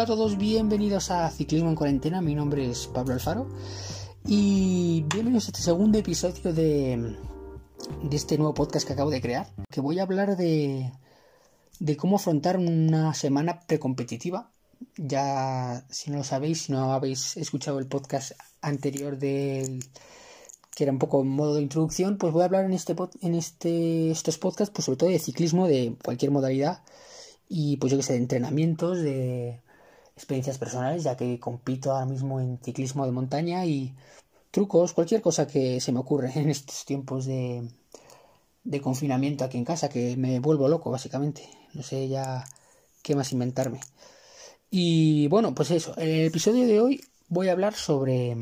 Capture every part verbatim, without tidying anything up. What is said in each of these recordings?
Hola a todos, bienvenidos a Ciclismo en Cuarentena. Mi nombre es Pablo Alfaro y bienvenidos a este segundo episodio de, de este nuevo podcast que acabo de crear, que voy a hablar de, de cómo afrontar una semana precompetitiva. Ya, si no lo sabéis, si no habéis escuchado el podcast anterior del que era un poco en modo de introducción, pues voy a hablar en este en este estos podcasts, pues sobre todo de ciclismo, de cualquier modalidad, y pues yo que sé, de entrenamientos, de experiencias personales, ya que compito ahora mismo en ciclismo de montaña, y trucos, cualquier cosa que se me ocurre en estos tiempos de, de confinamiento aquí en casa, que me vuelvo loco básicamente, no sé ya qué más inventarme. Y bueno, pues eso, en el episodio de hoy voy a hablar sobre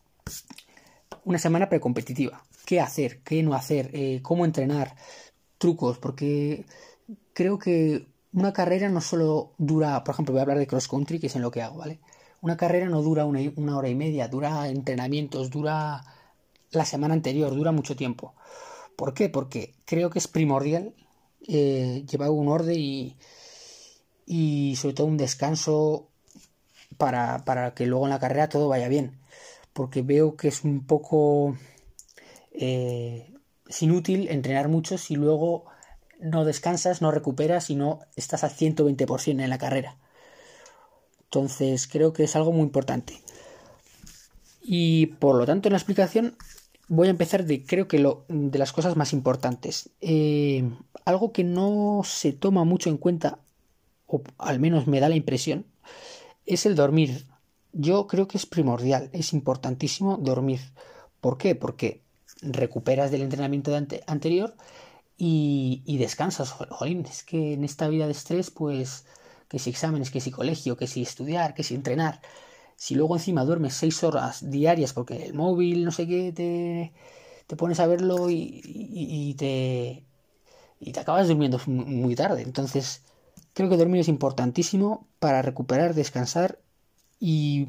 una semana precompetitiva. ¿Qué hacer? ¿Qué no hacer? Eh, ¿Cómo entrenar? Trucos, porque creo que una carrera no solo dura, por ejemplo, voy a hablar de cross country, que es en lo que hago, ¿vale? Una carrera no dura una, una hora y media, dura entrenamientos, dura la semana anterior, dura mucho tiempo. ¿Por qué? Porque creo que es primordial eh, llevar un orden y, y sobre todo un descanso para, para que luego en la carrera todo vaya bien. Porque veo que es un poco eh, es inútil entrenar mucho si luego no descansas, no recuperas y no estás al ciento veinte por ciento en la carrera. Entonces creo que es algo muy importante. Y por lo tanto en la explicación voy a empezar de creo que lo, de las cosas más importantes. Eh, algo que no se toma mucho en cuenta, o al menos me da la impresión, es el dormir. Yo creo que es primordial, es importantísimo dormir. ¿Por qué? Porque recuperas del entrenamiento de ante- anterior y, y descansas. Jolín, es que en esta vida de estrés, pues, que si exámenes, que si colegio, que si estudiar, que si entrenar, si luego encima duermes seis horas diarias porque el móvil, no sé qué, te, te pones a verlo y, y, y te, y te acabas durmiendo muy tarde. Entonces, creo que dormir es importantísimo para recuperar, descansar. Y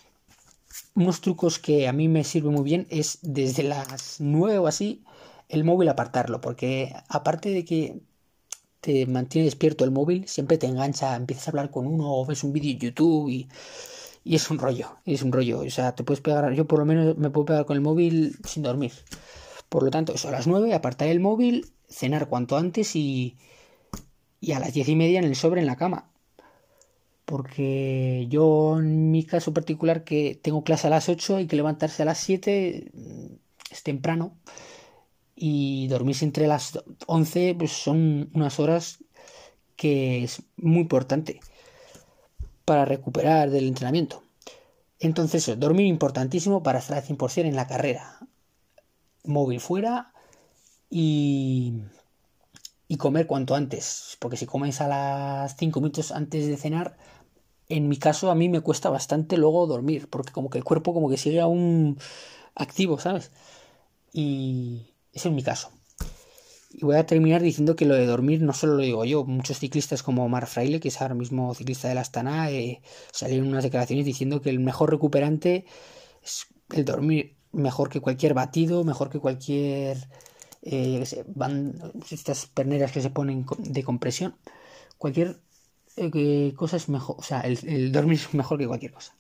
unos trucos que a mí me sirven muy bien es desde las nueve o así el móvil apartarlo, porque aparte de que te mantiene despierto el móvil, siempre te engancha, empiezas a hablar con uno o ves un vídeo en YouTube y, y es un rollo, es un rollo, o sea, te puedes pegar, yo por lo menos me puedo pegar con el móvil sin dormir. Por lo tanto, eso, a las nueve apartar el móvil, cenar cuanto antes y, y a las diez y media en el sobre en la cama. Porque yo en mi caso particular, que tengo clase a las ocho, hay que levantarse a las siete, es temprano, y dormirse entre las once, pues son unas horas que es muy importante para recuperar del entrenamiento. Entonces eso, dormir importantísimo para estar al cien por ciento en la carrera. Móvil fuera y, y comer cuanto antes, porque si comes a las cinco minutos antes de cenar, en mi caso a mí me cuesta bastante luego dormir, porque como que el cuerpo como que sigue aún activo, ¿sabes? Y ese es mi caso. Y voy a terminar diciendo que lo de dormir no solo lo digo yo, muchos ciclistas como Omar Fraile, que es ahora mismo ciclista de la Astana, eh, salieron unas declaraciones diciendo que el mejor recuperante es el dormir, mejor que cualquier batido, mejor que cualquier eh, yo qué sé, van, estas perneras que se ponen de compresión, cualquier eh, cosa es mejor, o sea, el, el dormir es mejor que cualquier cosa.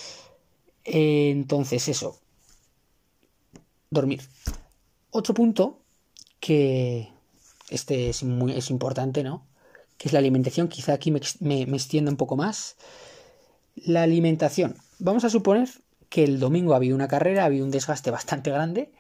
Eh, entonces eso, dormir. Otro punto que este es muy es importante, ¿no? Que es la alimentación. Quizá aquí me, me, me extienda un poco más. La alimentación. Vamos a suponer que el domingo había una carrera, había un desgaste bastante grande.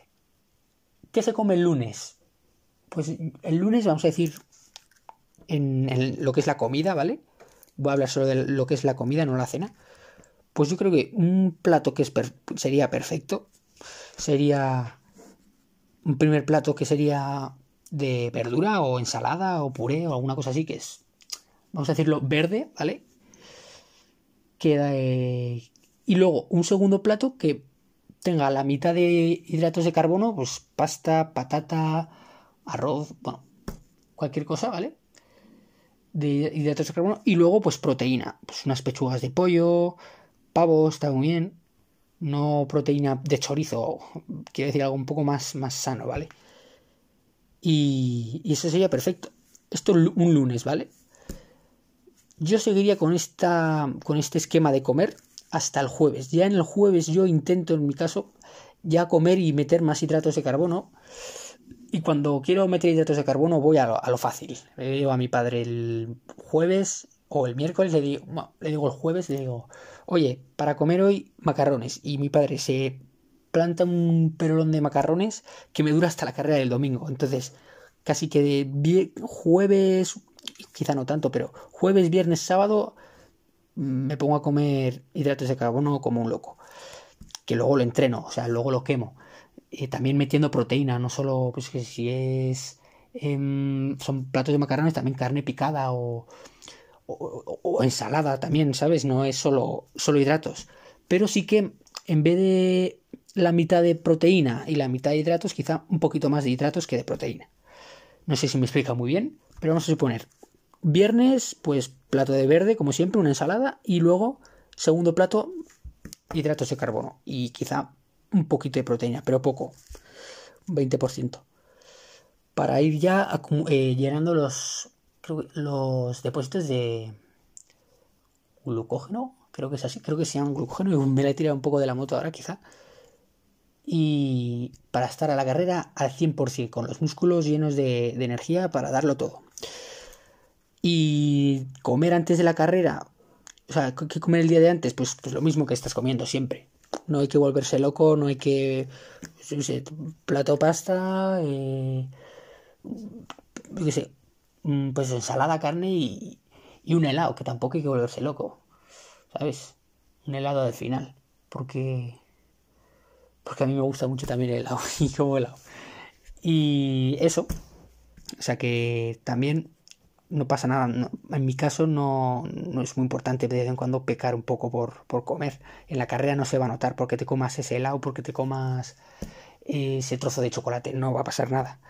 ¿Qué se come el lunes? Pues el lunes vamos a decir en, en lo que es la comida, ¿vale? Voy a hablar solo de lo que es la comida, no la cena. Pues yo creo que un plato que es per- sería perfecto sería un primer plato que sería de verdura o ensalada o puré o alguna cosa así, que es, vamos a decirlo, verde, ¿vale? Queda, eh, y luego un segundo plato que tenga la mitad de hidratos de carbono, pues pasta, patata, arroz, bueno, cualquier cosa, ¿vale? De hidratos de carbono. Y luego pues proteína, pues unas pechugas de pollo, pavo, está muy bien. No proteína de chorizo, quiero decir algo un poco más, más sano, ¿vale? Y, y eso sería perfecto. Esto un lunes, ¿vale? yo seguiría con, esta, con este esquema de comer hasta el jueves. Ya en el jueves yo intento, en mi caso, ya comer y meter más hidratos de carbono. Y cuando quiero meter hidratos de carbono voy a lo, a lo fácil. Le digo a mi padre el jueves o el miércoles, le digo, no, le digo el jueves, le digo, oye, para comer hoy macarrones. Y mi padre se planta un perolón de macarrones que me dura hasta la carrera del domingo. Entonces, casi que de jueves, quizá no tanto, pero jueves, viernes, sábado me pongo a comer hidratos de carbono como un loco. Que luego lo entreno, o sea, luego lo quemo. Eh, también metiendo proteína, no solo pues que si es eh, son platos de macarrones, también carne picada o, o, o ensalada también, ¿sabes? No es solo, solo hidratos. Pero sí que en vez de la mitad de proteína y la mitad de hidratos, quizá un poquito más de hidratos que de proteína. No sé si me explica muy bien, pero vamos a suponer. Viernes, pues plato de verde, como siempre, una ensalada. Y luego, segundo plato, hidratos de carbono. Y quizá un poquito de proteína, pero poco. Un veinte por ciento. Para ir ya eh, llenando los, creo que los depósitos de glucógeno. Creo que es así. Creo que se llaman glucógeno. Y me la he tirado un poco de la moto ahora, quizá. Y para estar a la carrera al cien por ciento, con los músculos llenos de, de energía para darlo todo. Y comer antes de la carrera, o sea, ¿qué comer el día de antes? Pues, pues lo mismo que estás comiendo siempre. No hay que volverse loco, no hay que... No sé, plato pasta, eh, yo qué sé, pues ensalada, carne y, y un helado, que tampoco hay que volverse loco, ¿sabes? Un helado al final, porque... Porque a mí me gusta mucho también el helado y como helado. Y eso, o sea que también no pasa nada. No, en mi caso no, no es muy importante de vez en cuando pecar un poco por, por comer. En la carrera no se va a notar porque te comas ese helado, porque te comas ese trozo de chocolate. No va a pasar nada.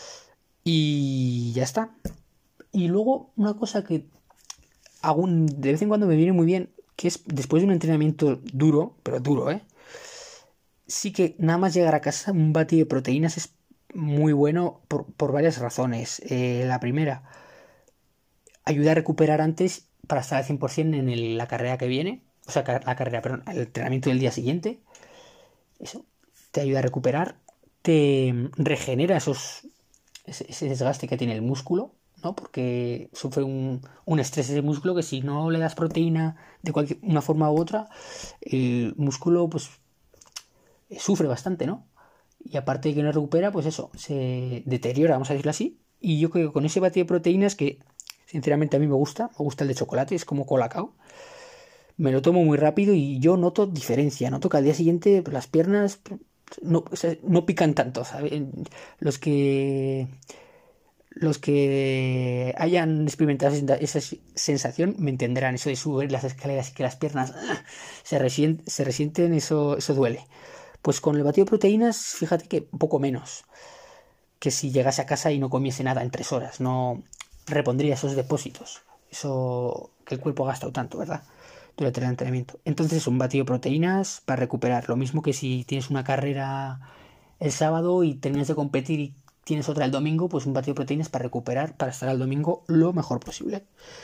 Y ya está. Y luego una cosa que hago un, de vez en cuando me viene muy bien, que es después de un entrenamiento duro, pero duro, ¿eh? Sí que nada más llegar a casa un batido de proteínas es muy bueno por, por varias razones. Eh, la primera, ayuda a recuperar antes para estar al cien por ciento en el, la carrera que viene. O sea, la carrera, perdón, el entrenamiento del día siguiente. Eso te ayuda a recuperar. Te regenera esos, ese, ese desgaste que tiene el músculo, ¿no? Porque sufre un, un estrés ese músculo que si no le das proteína de cualquier una forma u otra, el músculo pues sufre bastante, ¿no? Y aparte de que no recupera, pues eso, se deteriora, vamos a decirlo así. Y yo creo que con ese batido de proteínas, que sinceramente a mí me gusta, me gusta el de chocolate, es como Colacao, me lo tomo muy rápido y yo noto diferencia, noto que al día siguiente las piernas no, o sea, no pican tanto, ¿sabes? Los que... Los que hayan experimentado esa sensación me entenderán, eso de subir las escaleras y que las piernas se resienten, se resienten, eso, eso duele. Pues con el batido de proteínas, fíjate que un poco menos que si llegase a casa y no comiese nada en tres horas. No repondría esos depósitos. Eso que el cuerpo ha gastado tanto, ¿verdad? Durante el entrenamiento. Entonces un batido de proteínas para recuperar. Lo mismo que si tienes una carrera el sábado y terminas de competir y tienes otra el domingo, pues un batido de proteínas para recuperar, para estar al domingo lo mejor posible.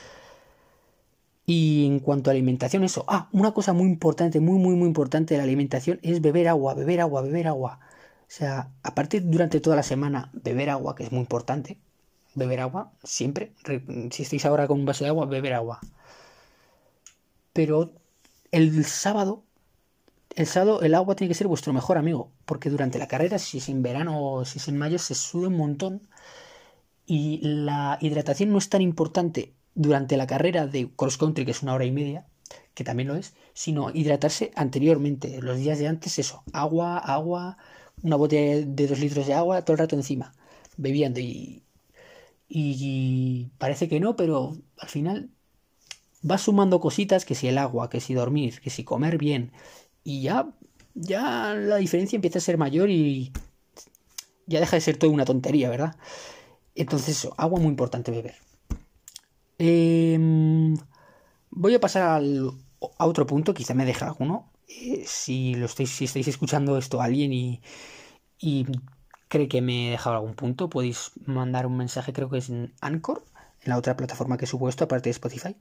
Y en cuanto a alimentación, eso. Ah, una cosa muy importante, muy, muy, muy importante de la alimentación es beber agua, beber agua, beber agua. O sea, aparte durante toda la semana, beber agua, que es muy importante. Beber agua, siempre. Si estáis ahora con un vaso de agua, beber agua. Pero el sábado, el sábado el agua tiene que ser vuestro mejor amigo. Porque durante la carrera, si es en verano o si es en mayo, se suda un montón. Y la hidratación no es tan importante durante la carrera de cross country, que es una hora y media, que también lo es, sino hidratarse anteriormente, los días de antes, eso, agua, agua, una botella de dos litros de agua todo el rato encima, bebiendo y, y parece que no, pero al final vas sumando cositas, que si el agua, que si dormir, que si comer bien, y ya, ya la diferencia empieza a ser mayor y ya deja de ser todo una tontería, ¿verdad? Entonces eso, agua muy importante beber. Eh, voy a pasar al, a otro punto, quizá me deje alguno. Eh, si lo estáis, si estáis escuchando esto a alguien y, y cree que me he dejado algún punto, podéis mandar un mensaje, creo que es en Anchor, en la otra plataforma que he supuesto, aparte de Spotify.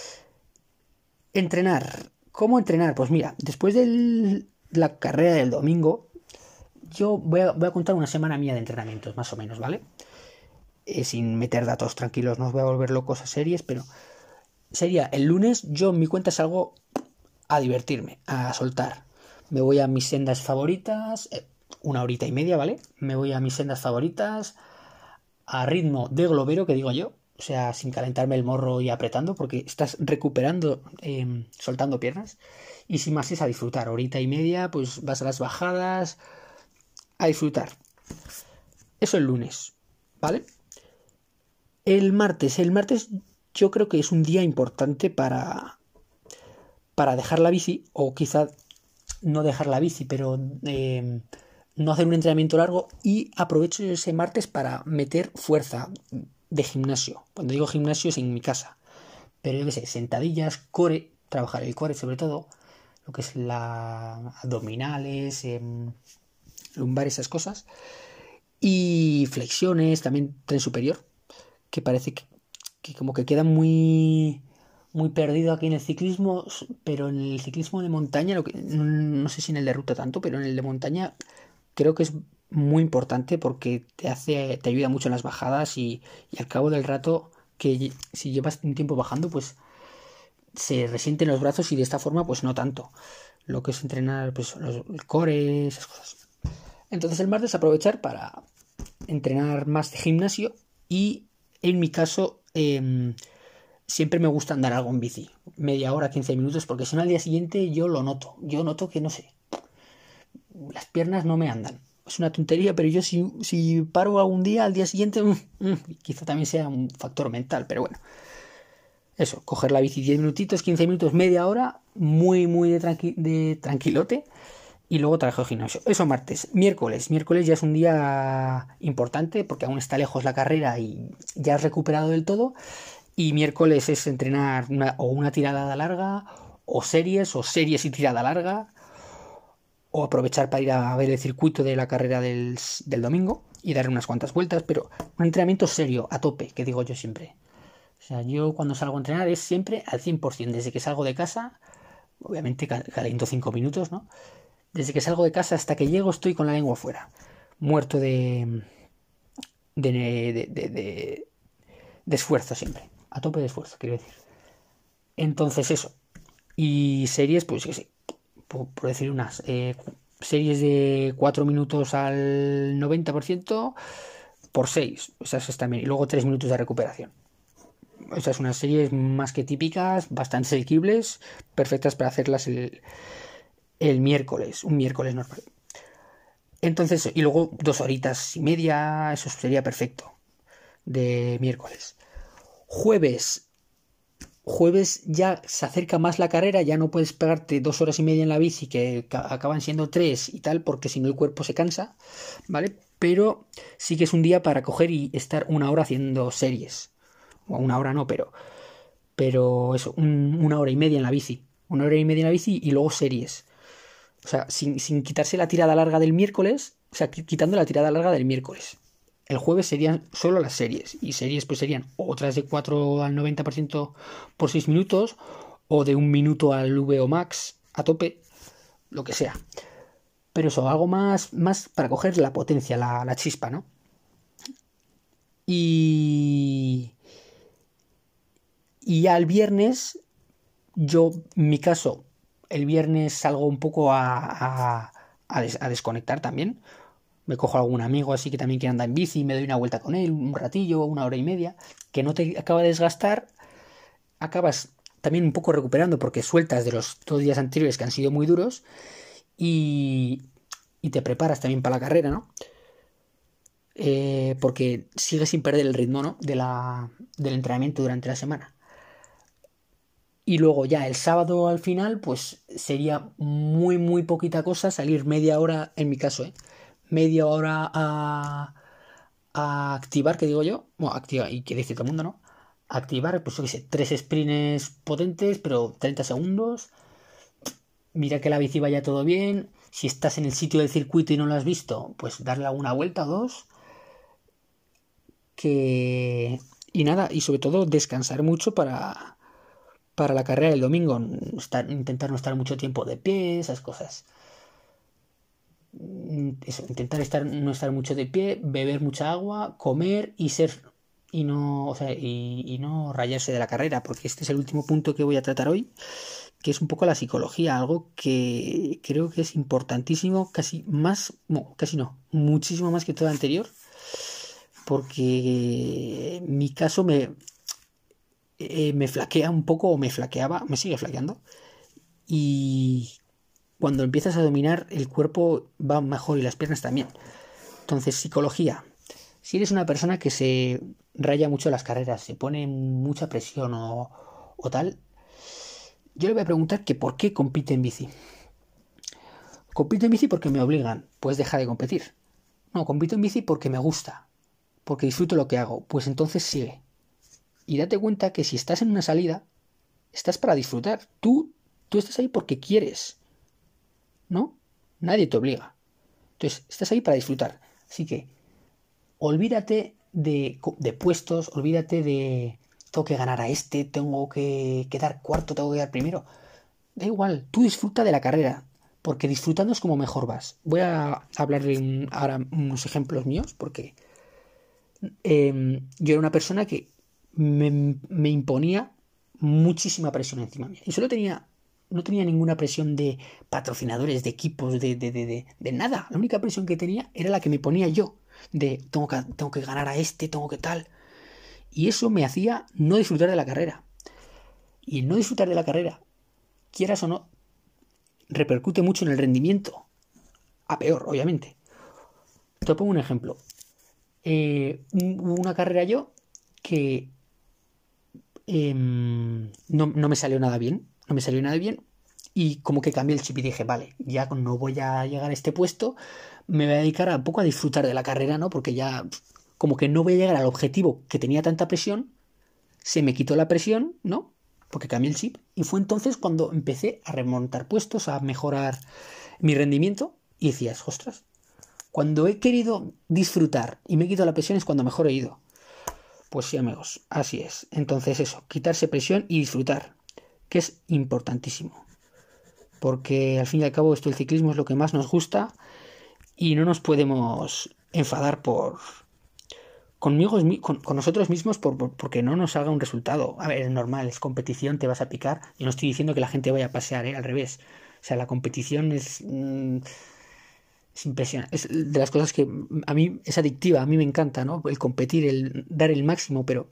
Entrenar. ¿Cómo entrenar? Pues mira, después de la carrera del domingo, yo voy a, voy a contar una semana mía de entrenamientos, más o menos, ¿vale? Eh, sin meter datos, tranquilos, no os voy a volver locos a series, pero sería el lunes, yo en mi cuenta salgo a divertirme, a soltar. Me voy a mis sendas favoritas, eh, una horita y media, ¿vale? Me voy a mis sendas favoritas, a ritmo de globero, que digo yo, o sea, sin calentarme el morro y apretando, porque estás recuperando, eh, soltando piernas, y sin más es a disfrutar, horita y media, pues vas a las bajadas, a disfrutar. Eso el lunes, ¿vale? El martes, el martes yo creo que es un día importante para, para dejar la bici, o quizá no dejar la bici, pero eh, no hacer un entrenamiento largo, y aprovecho ese martes para meter fuerza de gimnasio. Cuando digo gimnasio es en mi casa, pero yo qué sé, sentadillas, core, trabajar el core sobre todo, lo que es la abdominales, eh, lumbar, esas cosas, y flexiones, también tren superior, que parece que, que como que queda muy muy perdido aquí en el ciclismo, pero en el ciclismo de montaña, lo que, no, no sé si en el de ruta tanto, pero en el de montaña creo que es muy importante porque te hace, te ayuda mucho en las bajadas, y, y al cabo del rato, que si llevas un tiempo bajando, pues se resienten los brazos, y de esta forma pues no tanto. Lo que es entrenar, pues los, el core, esas cosas. Entonces el martes aprovechar para entrenar más de gimnasio, y en mi caso eh, siempre me gusta andar algo en bici, media hora, quince minutos, porque si no al día siguiente yo lo noto, yo noto que no sé, las piernas no me andan. Es una tontería, pero yo si, si paro algún día, al día siguiente, mmm, mmm, quizá también sea un factor mental, pero bueno. Eso, coger la bici diez minutitos, quince minutos, media hora, muy, muy de, tranqui de tranquilote, y luego trabajo de gimnasio. Eso martes. Miércoles. Miércoles ya es un día importante porque aún está lejos la carrera y ya has recuperado del todo. Y miércoles es entrenar una, o una tirada larga, o series, o series y tirada larga, o aprovechar para ir a ver el circuito de la carrera del, del domingo y dar unas cuantas vueltas, pero un entrenamiento serio, a tope, que digo yo siempre. O sea, yo cuando salgo a entrenar es siempre al cien por ciento, desde que salgo de casa, obviamente caliento cinco minutos, ¿no? Desde que salgo de casa hasta que llego estoy con la lengua fuera, muerto de de, de, de, de, de esfuerzo siempre, a tope de esfuerzo, quiero decir. Entonces eso. Y series, pues que sí, por, por decir unas, eh, series de cuatro minutos al noventa por ciento por seis, esas están bien, y luego tres minutos de recuperación. Esas son unas series más que típicas, bastante seguibles, perfectas para hacerlas el el miércoles, un miércoles normal. Entonces, y luego dos horitas y media, eso sería perfecto, de miércoles. Jueves, jueves ya se acerca más la carrera, ya no puedes pegarte dos horas y media en la bici, que acaban siendo tres y tal, porque si no el cuerpo se cansa, ¿vale? Pero sí que es un día para coger y estar una hora haciendo series, o una hora no, pero, pero eso, un, una hora y media en la bici, una hora y media en la bici y luego series. O sea, sin, sin quitarse la tirada larga del miércoles, o sea, quitando la tirada larga del miércoles. El jueves serían solo las series, y series pues serían otras de cuatro al noventa por ciento por seis minutos, o de un minuto al V O Max a tope, lo que sea. Pero eso, algo más, más para coger la potencia, la, la chispa, ¿no? Y... Y ya el viernes, yo, en mi caso, el viernes salgo un poco a, a, a, des, a desconectar también. Me cojo a algún amigo así que también quiere andar en bici y me doy una vuelta con él, un ratillo, una hora y media, que no te acaba de desgastar. Acabas también un poco recuperando porque sueltas de los dos días anteriores que han sido muy duros, y, y te preparas también para la carrera, ¿no? Eh, porque sigues sin perder el ritmo, ¿no? De la, del entrenamiento durante la semana. Y luego ya el sábado al final, pues sería muy, muy poquita cosa salir media hora, en mi caso, ¿eh? Media hora a, a activar, que digo yo. Bueno, activar, y que dice todo el mundo, ¿no? Activar, pues yo qué sé, tres sprints potentes, pero treinta segundos. Mira que la bici vaya todo bien. Si estás en el sitio del circuito y no lo has visto, pues darle una vuelta o dos. Que... y nada, y sobre todo descansar mucho para, para la carrera del domingo. Estar, intentar no estar mucho tiempo de pie, esas cosas. Eso, intentar estar, no estar mucho de pie, beber mucha agua, comer y ser y no, o sea, y, y no rayarse de la carrera, porque este es el último punto que voy a tratar hoy, que es un poco la psicología, algo que creo que es importantísimo, casi más, no, casi no, muchísimo más que todo lo anterior, porque en mi caso me, eh, me flaquea un poco, o me flaqueaba, me sigue flaqueando, y cuando empiezas a dominar el cuerpo va mejor y las piernas también. Entonces, psicología. Si eres una persona que se raya mucho las carreras, se pone mucha presión o, o tal, yo le voy a preguntar que por qué compite en bici. Compito en bici porque me obligan, pues deja de competir. No, compito en bici porque me gusta, porque disfruto lo que hago, pues entonces sigue. Y date cuenta que si estás en una salida, estás para disfrutar. Tú, tú estás ahí porque quieres, ¿no? Nadie te obliga. Entonces, estás ahí para disfrutar. Así que, olvídate de, de puestos, olvídate de tengo que ganar a este, tengo que quedar cuarto, tengo que quedar primero. Da igual, tú disfruta de la carrera, porque disfrutando es como mejor vas. Voy a hablar de ahora unos ejemplos míos, porque eh, yo era una persona que me, me imponía muchísima presión encima mía. Y solo tenía, no tenía ninguna presión de patrocinadores, de equipos, de, de, de, de, de nada. La única presión que tenía era la que me ponía yo. De tengo que, tengo que ganar a este, tengo que tal. Y eso me hacía no disfrutar de la carrera. Y el no disfrutar de la carrera, quieras o no, repercute mucho en el rendimiento. A peor, obviamente. Te pongo un ejemplo. Eh, hubo una carrera yo que eh, no, no me salió nada bien. No me salió nada bien. Y como que cambié el chip y dije, vale, ya no voy a llegar a este puesto. Me voy a dedicar a poco a disfrutar de la carrera, ¿no? Porque ya como que no voy a llegar al objetivo que tenía tanta presión. Se me quitó la presión, ¿no? Porque cambié el chip. Y fue entonces cuando empecé a remontar puestos, a mejorar mi rendimiento. Y decías, ostras, cuando he querido disfrutar y me he quitado la presión es cuando mejor he ido. Pues sí, amigos, así es. Entonces eso, quitarse presión y disfrutar, que es importantísimo. Porque al fin y al cabo esto, el ciclismo es lo que más nos gusta y no nos podemos enfadar por conmigo, con, con nosotros mismos por, por, porque no nos haga un resultado. A ver, es normal, es competición, te vas a picar. Yo no estoy diciendo que la gente vaya a pasear, ¿eh? Al revés. O sea, la competición es, mmm, es impresionante. Es de las cosas que a mí es adictiva, a mí me encanta, ¿no? El competir, el dar el máximo, pero,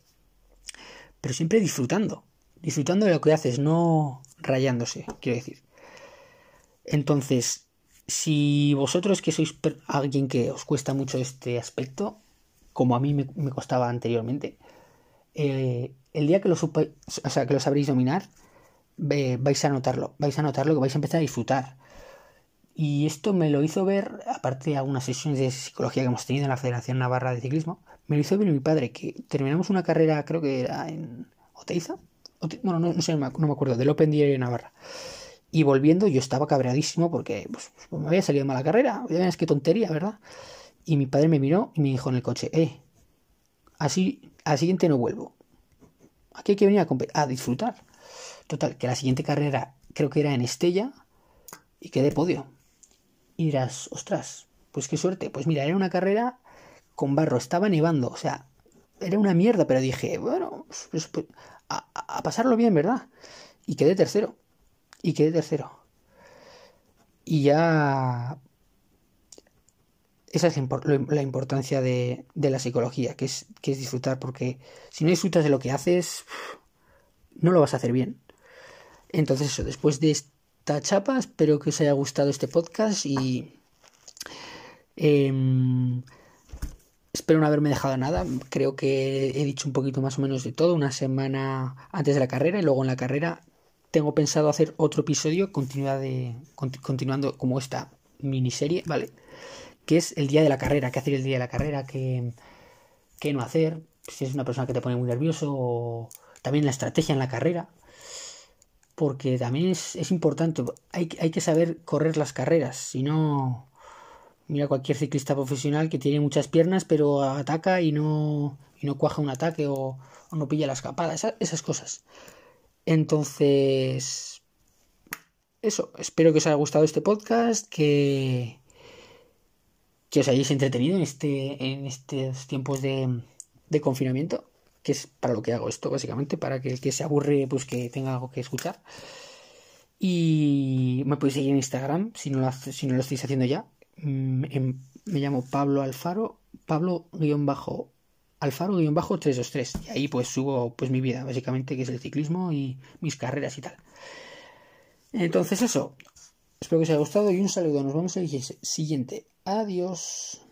pero siempre disfrutando. Disfrutando de lo que haces, no rayándose, quiero decir. Entonces, si vosotros que sois alguien que os cuesta mucho este aspecto, como a mí me, me costaba anteriormente, eh, el día que lo, supa, o sea, que lo sabréis dominar, eh, vais a notarlo, vais a notarlo que vais a empezar a disfrutar. Y esto me lo hizo ver, aparte de algunas sesiones de psicología que hemos tenido en la Federación Navarra de Ciclismo, me lo hizo ver mi padre, que terminamos una carrera, creo que era en Oteiza, Ote, bueno, no, no sé, no me acuerdo, del Open Diario de Navarra. Y volviendo yo estaba cabreadísimo porque pues, pues me había salido mal la carrera. Ya ves qué tontería, ¿verdad? Y mi padre me miró y me dijo en el coche, eh, así al siguiente no vuelvo. Aquí hay que venir a, a disfrutar. Total, que la siguiente carrera creo que era en Estella y quedé podio. Y dirás, ostras, pues qué suerte. Pues mira, era una carrera con barro, estaba nevando, o sea, era una mierda, pero dije, bueno, pues, pues, a, a pasarlo bien, ¿verdad? Y quedé tercero. Y quedé tercero. Y ya... Esa es la importancia de, de la psicología, que es, que es disfrutar, porque si no disfrutas de lo que haces, no lo vas a hacer bien. Entonces eso, después de esta chapa, espero que os haya gustado este podcast y... Eh, espero no haberme dejado nada. Creo que he dicho un poquito más o menos de todo, una semana antes de la carrera y luego en la carrera tengo pensado hacer otro episodio continuado de, continuando como esta miniserie, ¿vale? Que es el día de la carrera, qué hacer el día de la carrera, qué, qué no hacer, si es una persona que te pone muy nervioso, o también la estrategia en la carrera, porque también es, es importante, hay, hay que saber correr las carreras, si no, Mira cualquier ciclista profesional que tiene muchas piernas pero ataca y no, y no cuaja un ataque o, o no pilla la escapada, esa, esas cosas. Entonces, eso, espero que os haya gustado este podcast, que, que os hayáis entretenido en, este, en estos tiempos de, de confinamiento, que es para lo que hago esto, básicamente, para que el que se aburre, pues que tenga algo que escuchar. Y me podéis seguir en Instagram, si no lo, si no lo estáis haciendo ya. Me, me llamo Pablo Alfaro, Pablo-Alfaro-tres dos tres. Y ahí pues subo pues mi vida, básicamente, que es el ciclismo y mis carreras y tal. Entonces eso, espero que os haya gustado y un saludo. Nos vemos en el siguiente. Adiós.